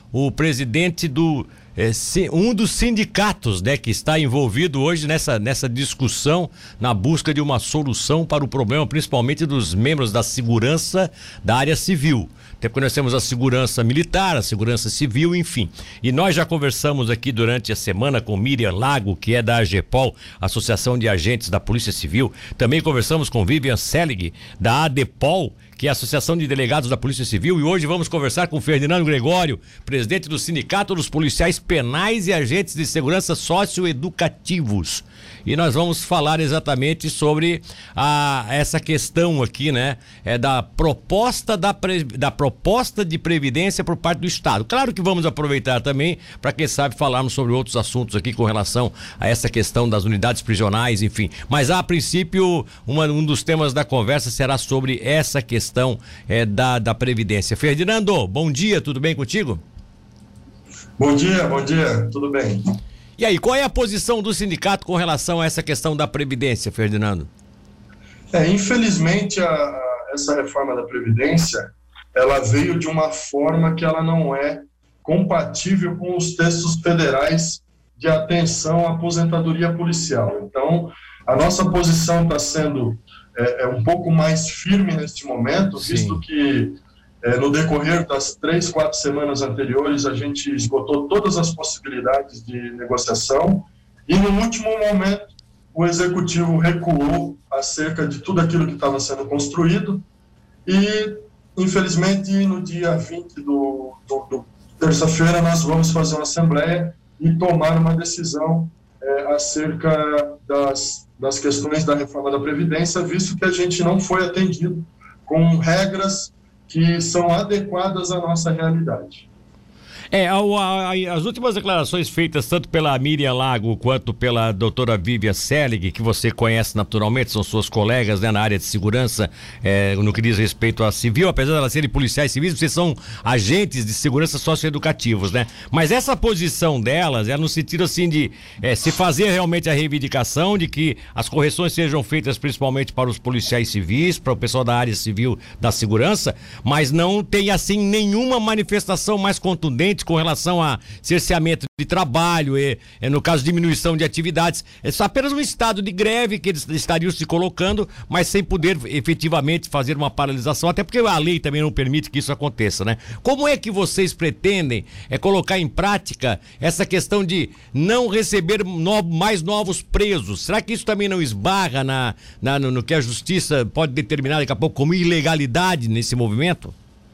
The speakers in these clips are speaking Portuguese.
o presidente um dos sindicatos, né, que está envolvido hoje nessa discussão, na busca de uma solução para o problema, principalmente dos membros da segurança da área civil. Até porque nós temos a segurança militar, a segurança civil, enfim. E nós já conversamos aqui durante a semana com Miriam Lago, que é da AGPOL, Associação de Agentes da Polícia Civil. Também conversamos com Vivian Selig, da ADPOL, que é a Associação de Delegados da Polícia Civil, e hoje vamos conversar com Ferdinando Gregório, presidente do Sindicato dos Policiais Penais e Agentes de Segurança Socioeducativos. E nós vamos falar exatamente sobre essa questão aqui, né? Da proposta de previdência por parte do Estado. Claro que vamos aproveitar também para, quem sabe, falarmos sobre outros assuntos aqui com relação a essa questão das unidades prisionais, enfim. Mas, a princípio, um dos temas da conversa será sobre essa questão da Previdência. Ferdinando, bom dia, tudo bem contigo? Bom dia, tudo bem. E aí, qual é a posição do sindicato com relação a essa questão da Previdência, Ferdinando? Infelizmente, essa reforma da Previdência, ela veio de uma forma que ela não é compatível com os textos federais de atenção à aposentadoria policial. Então, a nossa posição está sendo um pouco mais firme neste momento, Sim. Visto que no decorrer das 3-4 semanas anteriores a gente esgotou todas as possibilidades de negociação e no último momento o Executivo recuou acerca de tudo aquilo que estava sendo construído e, infelizmente, no dia 20 do terça-feira nós vamos fazer uma assembleia e tomar uma decisão acerca das questões da reforma da Previdência, visto que a gente não foi atendido com regras que são adequadas à nossa realidade. As últimas declarações feitas tanto pela Miriam Lago quanto pela doutora Vivian Selig, que você conhece naturalmente, são suas colegas, né, na área de segurança, no que diz respeito à civil, apesar de elas serem policiais civis, vocês são agentes de segurança socioeducativos, né? Mas essa posição delas é no sentido assim de se fazer realmente a reivindicação de que as correções sejam feitas principalmente para os policiais civis, para o pessoal da área civil da segurança, mas não tem assim nenhuma manifestação mais contundente com relação a cerceamento de trabalho, no caso diminuição de atividades. É só apenas um estado de greve que eles estariam se colocando, mas sem poder efetivamente fazer uma paralisação, até porque a lei também não permite que isso aconteça, né? Como é que vocês pretendem colocar em prática essa questão de não receber mais novos presos? Será que isso também não esbarra no que a justiça pode determinar daqui a pouco como ilegalidade nesse movimento?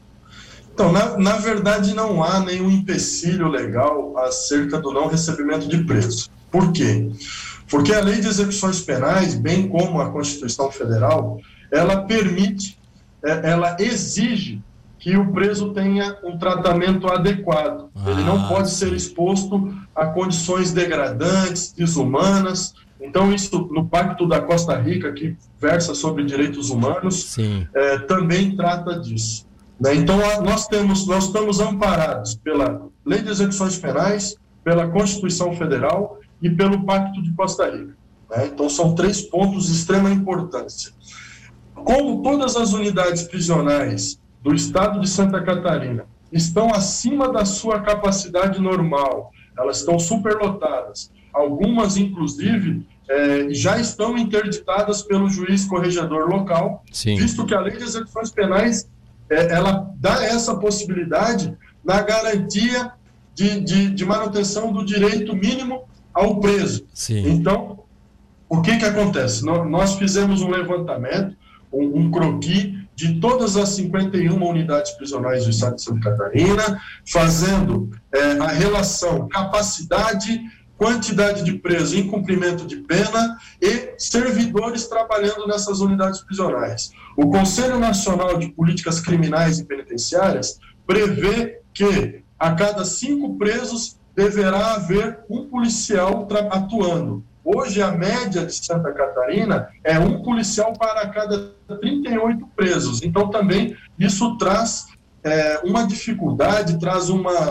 Então, na verdade, não há nenhum empecilho legal acerca do não recebimento de preso. Por quê? Porque a Lei de Execuções Penais, bem como a Constituição Federal, ela permite, ela exige que o preso tenha um tratamento adequado. Ele não pode ser exposto a condições degradantes, desumanas. Então, isso no Pacto da Costa Rica, que versa sobre direitos humanos, também trata disso. Então, nós estamos amparados pela Lei de Execuções Penais, pela Constituição Federal e pelo Pacto de Costa Rica. Então, são 3 pontos de extrema importância. Como todas as unidades prisionais do estado de Santa Catarina estão acima da sua capacidade normal, elas estão superlotadas, algumas, inclusive, já estão interditadas pelo juiz corregedor local, Sim. Visto que a Lei de Execuções Penais ela dá essa possibilidade na garantia de manutenção do direito mínimo ao preso. Sim. Então, o que acontece? Nós fizemos um levantamento, um croquis de todas as 51 unidades prisionais do estado de Santa Catarina, fazendo a relação capacidade, quantidade de presos em cumprimento de pena e servidores trabalhando nessas unidades prisionais. O Conselho Nacional de Políticas Criminais e Penitenciárias prevê que a cada 5 presos deverá haver um policial atuando. Hoje a média de Santa Catarina é um policial para cada 38 presos. Então também isso traz uma dificuldade, traz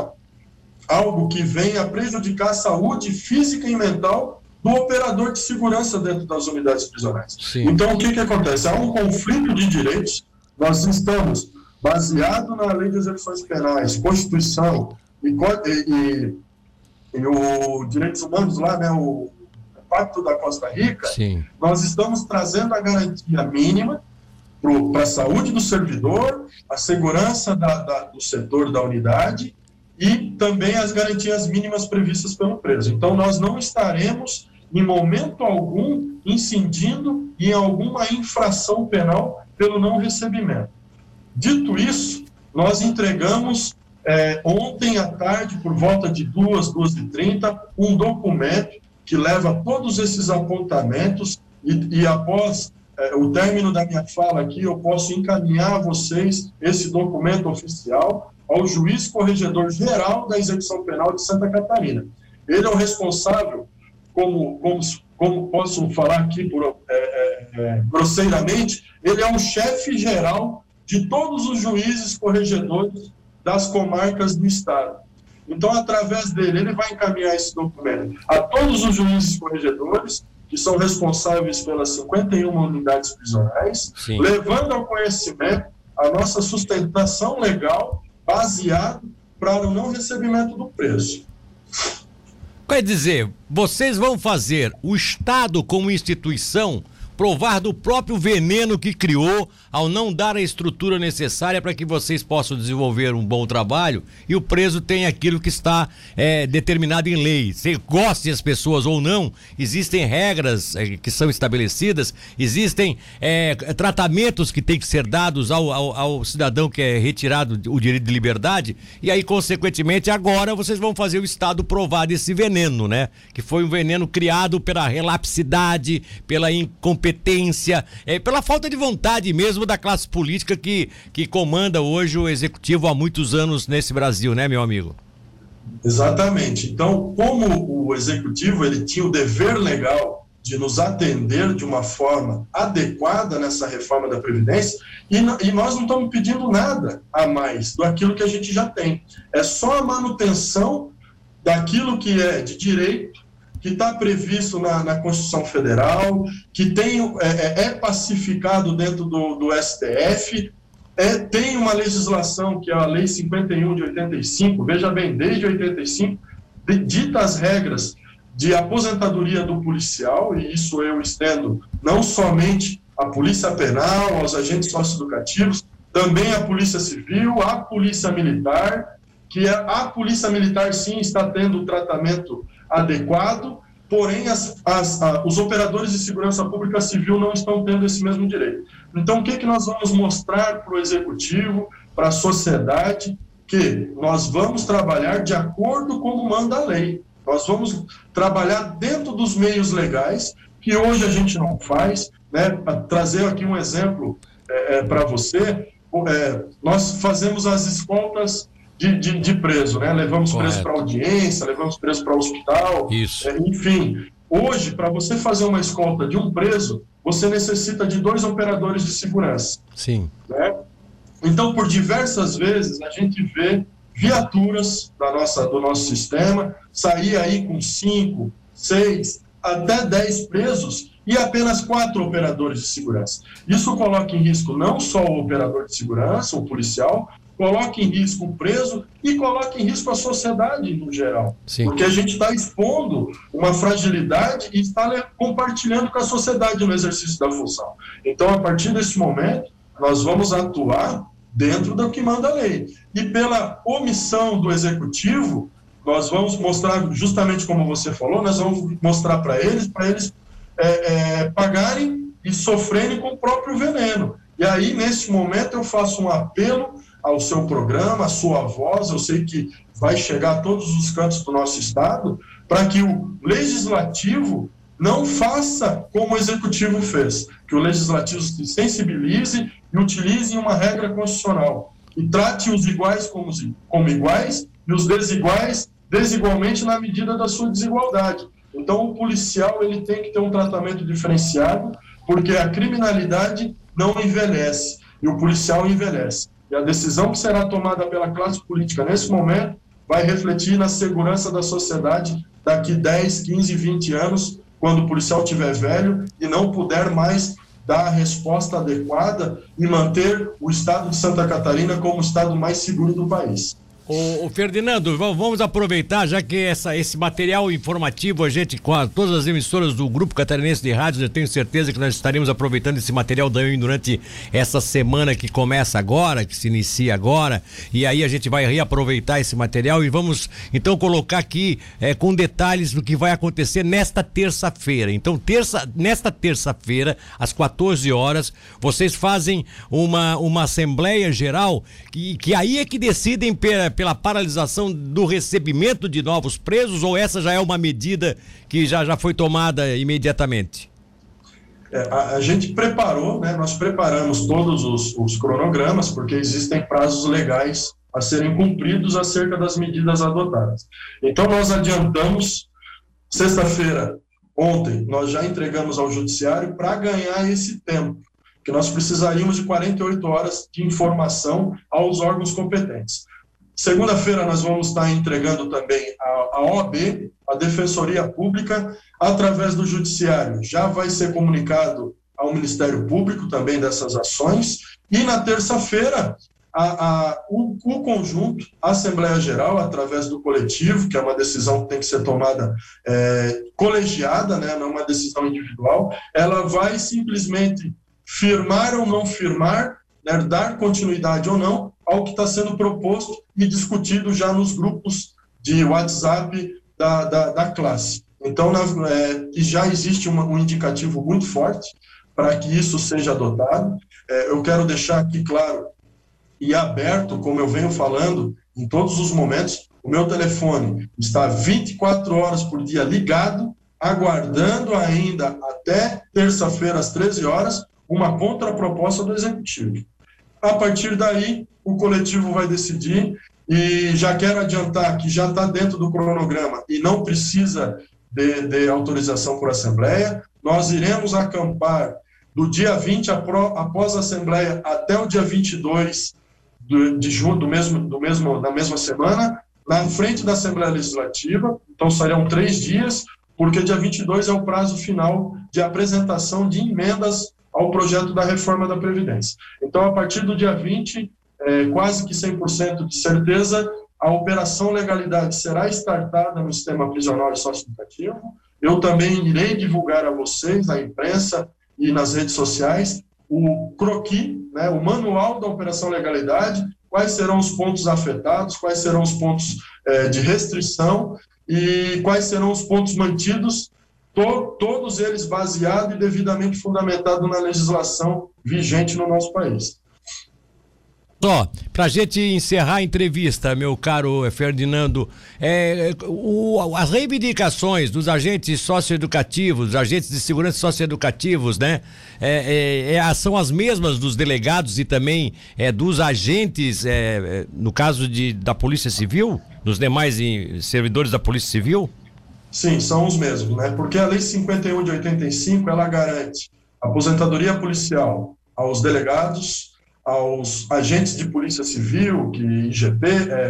algo que vem a prejudicar a saúde física e mental do operador de segurança dentro das unidades prisionais. Sim. Então, o que acontece? Há um conflito de direitos, nós estamos baseados na Lei de Execuções Penais, Constituição e o Direitos Humanos lá, né, o Pacto da Costa Rica, sim, nós estamos trazendo a garantia mínima para a saúde do servidor, a segurança do setor da unidade e também as garantias mínimas previstas pelo preso. Então, nós não estaremos, em momento algum, incidindo em alguma infração penal pelo não recebimento. Dito isso, nós entregamos ontem à tarde, por volta de 2h30, um documento que leva todos esses apontamentos e após o término da minha fala aqui, eu posso encaminhar a vocês esse documento oficial ao juiz corregedor geral da execução penal de Santa Catarina. Ele é o responsável, como posso falar aqui grosseiramente, ele é o chefe geral de todos os juízes corregedores das comarcas do estado. Então, através dele, ele vai encaminhar esse documento a todos os juízes corregedores, que são responsáveis pelas 51 unidades prisionais, sim, levando ao conhecimento a nossa sustentação legal baseada para o não recebimento do preso. Quer dizer, vocês vão fazer o Estado como instituição provar do próprio veneno que criou ao não dar a estrutura necessária para que vocês possam desenvolver um bom trabalho e o preso tem aquilo que está determinado em lei. Se goste as pessoas ou não, existem regras que são estabelecidas, existem tratamentos que têm que ser dados ao cidadão que é retirado o direito de liberdade e aí, consequentemente, agora vocês vão fazer o Estado provar desse veneno, né? Que foi um veneno criado pela relapsidade, pela incompetência, pela falta de vontade mesmo da classe política que comanda hoje o executivo há muitos anos nesse Brasil, né, meu amigo? Exatamente. Então, como o executivo ele tinha o dever legal de nos atender de uma forma adequada nessa reforma da Previdência, e nós não estamos pedindo nada a mais daquilo que a gente já tem. É só a manutenção daquilo que é de direito, que está previsto na Constituição Federal, que é pacificado dentro do STF, tem uma legislação que é a Lei 51 de 85, veja bem, desde 85, dita as regras de aposentadoria do policial, e isso eu estendo não somente à Polícia Penal, aos agentes socioeducativos, também à Polícia Civil, à Polícia Militar, que a Polícia Militar sim está tendo o tratamento adequado, porém os operadores de segurança pública civil não estão tendo esse mesmo direito. Então, o que nós vamos mostrar para o Executivo, para a sociedade, que nós vamos trabalhar de acordo com como manda a lei. Nós vamos trabalhar dentro dos meios legais, que hoje a gente não faz, né? Para trazer aqui um exemplo para você, nós fazemos as escoltas de preso, né? Levamos preso para audiência, levamos preso para hospital, enfim. Hoje, para você fazer uma escolta de um preso, você necessita de 2 operadores de segurança. Sim. Né? Então, por diversas vezes, a gente vê viaturas do nosso sistema sair aí com 5, 6, até 10 presos e apenas 4 operadores de segurança. Isso coloca em risco não só o operador de segurança, o policial, coloca em risco o preso e coloca em risco a sociedade no geral. Sim. Porque a gente está expondo uma fragilidade e está compartilhando com a sociedade no exercício da função. Então, a partir desse momento, nós vamos atuar dentro do que manda a lei. E pela omissão do Executivo, nós vamos mostrar, justamente como você falou, nós vamos mostrar para eles pagarem e sofrerem com o próprio veneno. E aí, nesse momento, eu faço um apelo ao seu programa, à sua voz, eu sei que vai chegar a todos os cantos do nosso estado, para que o Legislativo não faça como o Executivo fez, que o Legislativo se sensibilize e utilize uma regra constitucional, e trate os iguais como iguais e os desiguais desigualmente na medida da sua desigualdade. Então, o policial ele tem que ter um tratamento diferenciado, porque a criminalidade não envelhece, e o policial envelhece. E a decisão que será tomada pela classe política nesse momento vai refletir na segurança da sociedade daqui 10, 15, 20 anos, quando o policial estiver velho e não puder mais dar a resposta adequada e manter o estado de Santa Catarina como o estado mais seguro do país. Ô Ferdinando, vamos aproveitar, já que esse material informativo, a gente, todas as emissoras do Grupo Catarinense de Rádios, eu tenho certeza que nós estaremos aproveitando esse material durante essa semana que começa agora, que se inicia agora, e aí a gente vai reaproveitar esse material e vamos então colocar aqui com detalhes do que vai acontecer nesta terça-feira. Então, nesta terça-feira, às 14 horas, vocês fazem uma Assembleia Geral que aí é que decidem pela paralisação do recebimento de novos presos, ou essa já é uma medida que já foi tomada imediatamente? A gente preparou, né? Nós preparamos todos os cronogramas, porque existem prazos legais a serem cumpridos acerca das medidas adotadas. Então nós adiantamos, sexta-feira, ontem, nós já entregamos ao judiciário para ganhar esse tempo, que nós precisaríamos de 48 horas de informação aos órgãos competentes. Segunda-feira nós vamos estar entregando também a OAB, a Defensoria Pública, através do Judiciário. Já vai ser comunicado ao Ministério Público também dessas ações. E na terça-feira, o conjunto, a Assembleia Geral, através do coletivo, que é uma decisão que tem que ser tomada colegiada, né, não uma decisão individual, ela vai simplesmente firmar ou não firmar, né, dar continuidade ou não ao que está sendo proposto e discutido já nos grupos de WhatsApp da classe. Então, já existe um indicativo muito forte para que isso seja adotado. Eu quero deixar aqui claro e aberto, como eu venho falando em todos os momentos, o meu telefone está 24 horas por dia ligado, aguardando ainda até terça-feira às 13 horas uma contraproposta do Executivo. A partir daí, o coletivo vai decidir, e já quero adiantar que já está dentro do cronograma e não precisa de autorização por Assembleia. Nós iremos acampar do dia 20 após a Assembleia até o dia 22 de junho da mesma semana, na frente da Assembleia Legislativa. Então serão 3 dias, porque dia 22 é o prazo final de apresentação de emendas ao projeto da reforma da Previdência. Então, a partir do dia 20, quase que 100% de certeza, a Operação Legalidade será startada no sistema prisional e socioeducativo. Eu também irei divulgar a vocês, na imprensa e nas redes sociais, o croquis, né, o manual da Operação Legalidade, quais serão os pontos afetados, quais serão os pontos de restrição e quais serão os pontos mantidos, todos eles baseados e devidamente fundamentados na legislação vigente no nosso país. Só, para a gente encerrar a entrevista, meu caro Ferdinando, as reivindicações dos agentes socioeducativos, dos agentes de segurança socioeducativos, né? São as mesmas dos delegados e também dos agentes, no caso da Polícia Civil, dos demais servidores da Polícia Civil? Sim, são os mesmos, né? Porque a Lei 51 de 85, ela garante aposentadoria policial aos delegados, aos agentes de polícia civil, que IGP,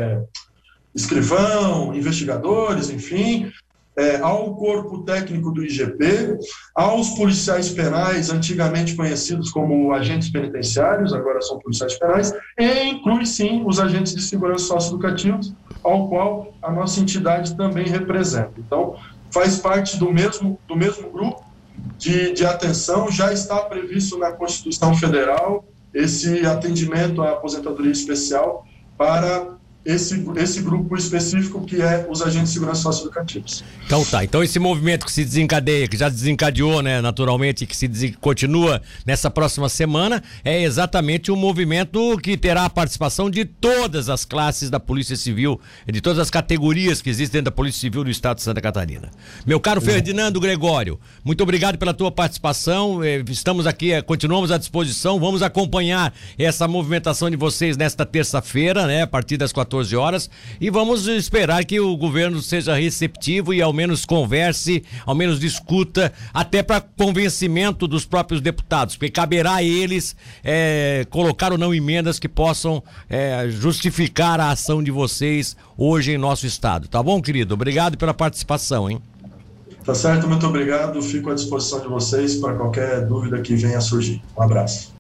escrivão, investigadores, enfim, ao corpo técnico do IGP, aos policiais penais, antigamente conhecidos como agentes penitenciários, agora são policiais penais, e inclui, sim, os agentes de segurança socioeducativos, ao qual a nossa entidade também representa. Então, faz parte do mesmo grupo de atenção, já está previsto na Constituição Federal esse atendimento à aposentadoria especial para esse grupo específico, que é os agentes de segurança socioeducativos. Então tá, então esse movimento que se desencadeia, que já desencadeou, né, naturalmente, que continua nessa próxima semana, é exatamente um movimento que terá a participação de todas as classes da Polícia Civil, de todas as categorias que existem dentro da Polícia Civil do Estado de Santa Catarina. Meu caro Ferdinando Gregório, muito obrigado pela tua participação, estamos aqui, continuamos à disposição, vamos acompanhar essa movimentação de vocês nesta terça-feira, né, a partir das 14 horas, e vamos esperar que o governo seja receptivo e ao menos converse, ao menos discuta, até para convencimento dos próprios deputados, porque caberá a eles colocar ou não emendas que possam justificar a ação de vocês hoje em nosso estado. Tá bom, querido? Obrigado pela participação, hein? Tá certo, muito obrigado. Fico à disposição de vocês para qualquer dúvida que venha a surgir. Um abraço.